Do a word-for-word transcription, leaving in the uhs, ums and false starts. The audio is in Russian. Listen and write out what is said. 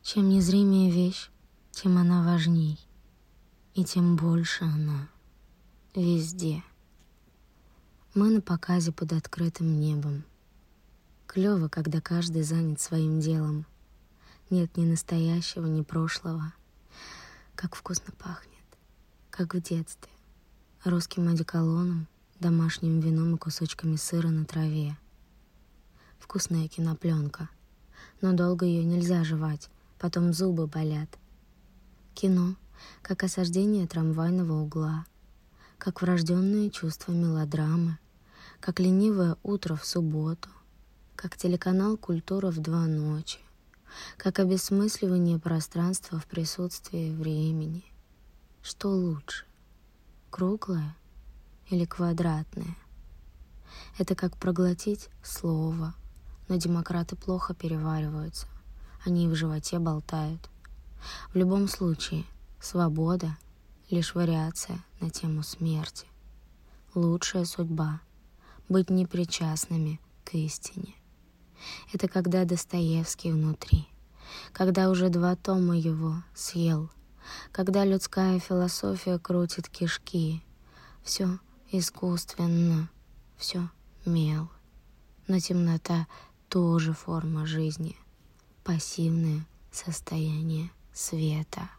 Чем незримее вещь, тем она важней, и тем больше она везде. Мы на показе под открытым небом. Клёво, когда каждый занят своим делом. Нет ни настоящего, ни прошлого. Как вкусно пахнет, как в детстве. Русским одеколоном, домашним вином и кусочками сыра на траве. Вкусная кинопленка, но долго ее нельзя жевать, потом зубы болят. Кино, как осаждение трамвайного угла, как врожденное чувство мелодрамы, как ленивое утро в субботу, как телеканал «Культура» в два ночи, как обесмысливание пространства в присутствии времени. Что лучше, круглое или квадратное? Это как проглотить слово, но демократы плохо перевариваются, они и в животе болтают. В любом случае, свобода — лишь вариация на тему смерти. Лучшая судьба — быть непричастными к истине. Это когда Достоевский внутри, когда уже два тома его съел, когда людская философия крутит кишки. Все искусственно, все мел. Но темнота тоже форма жизни, пассивное состояние света.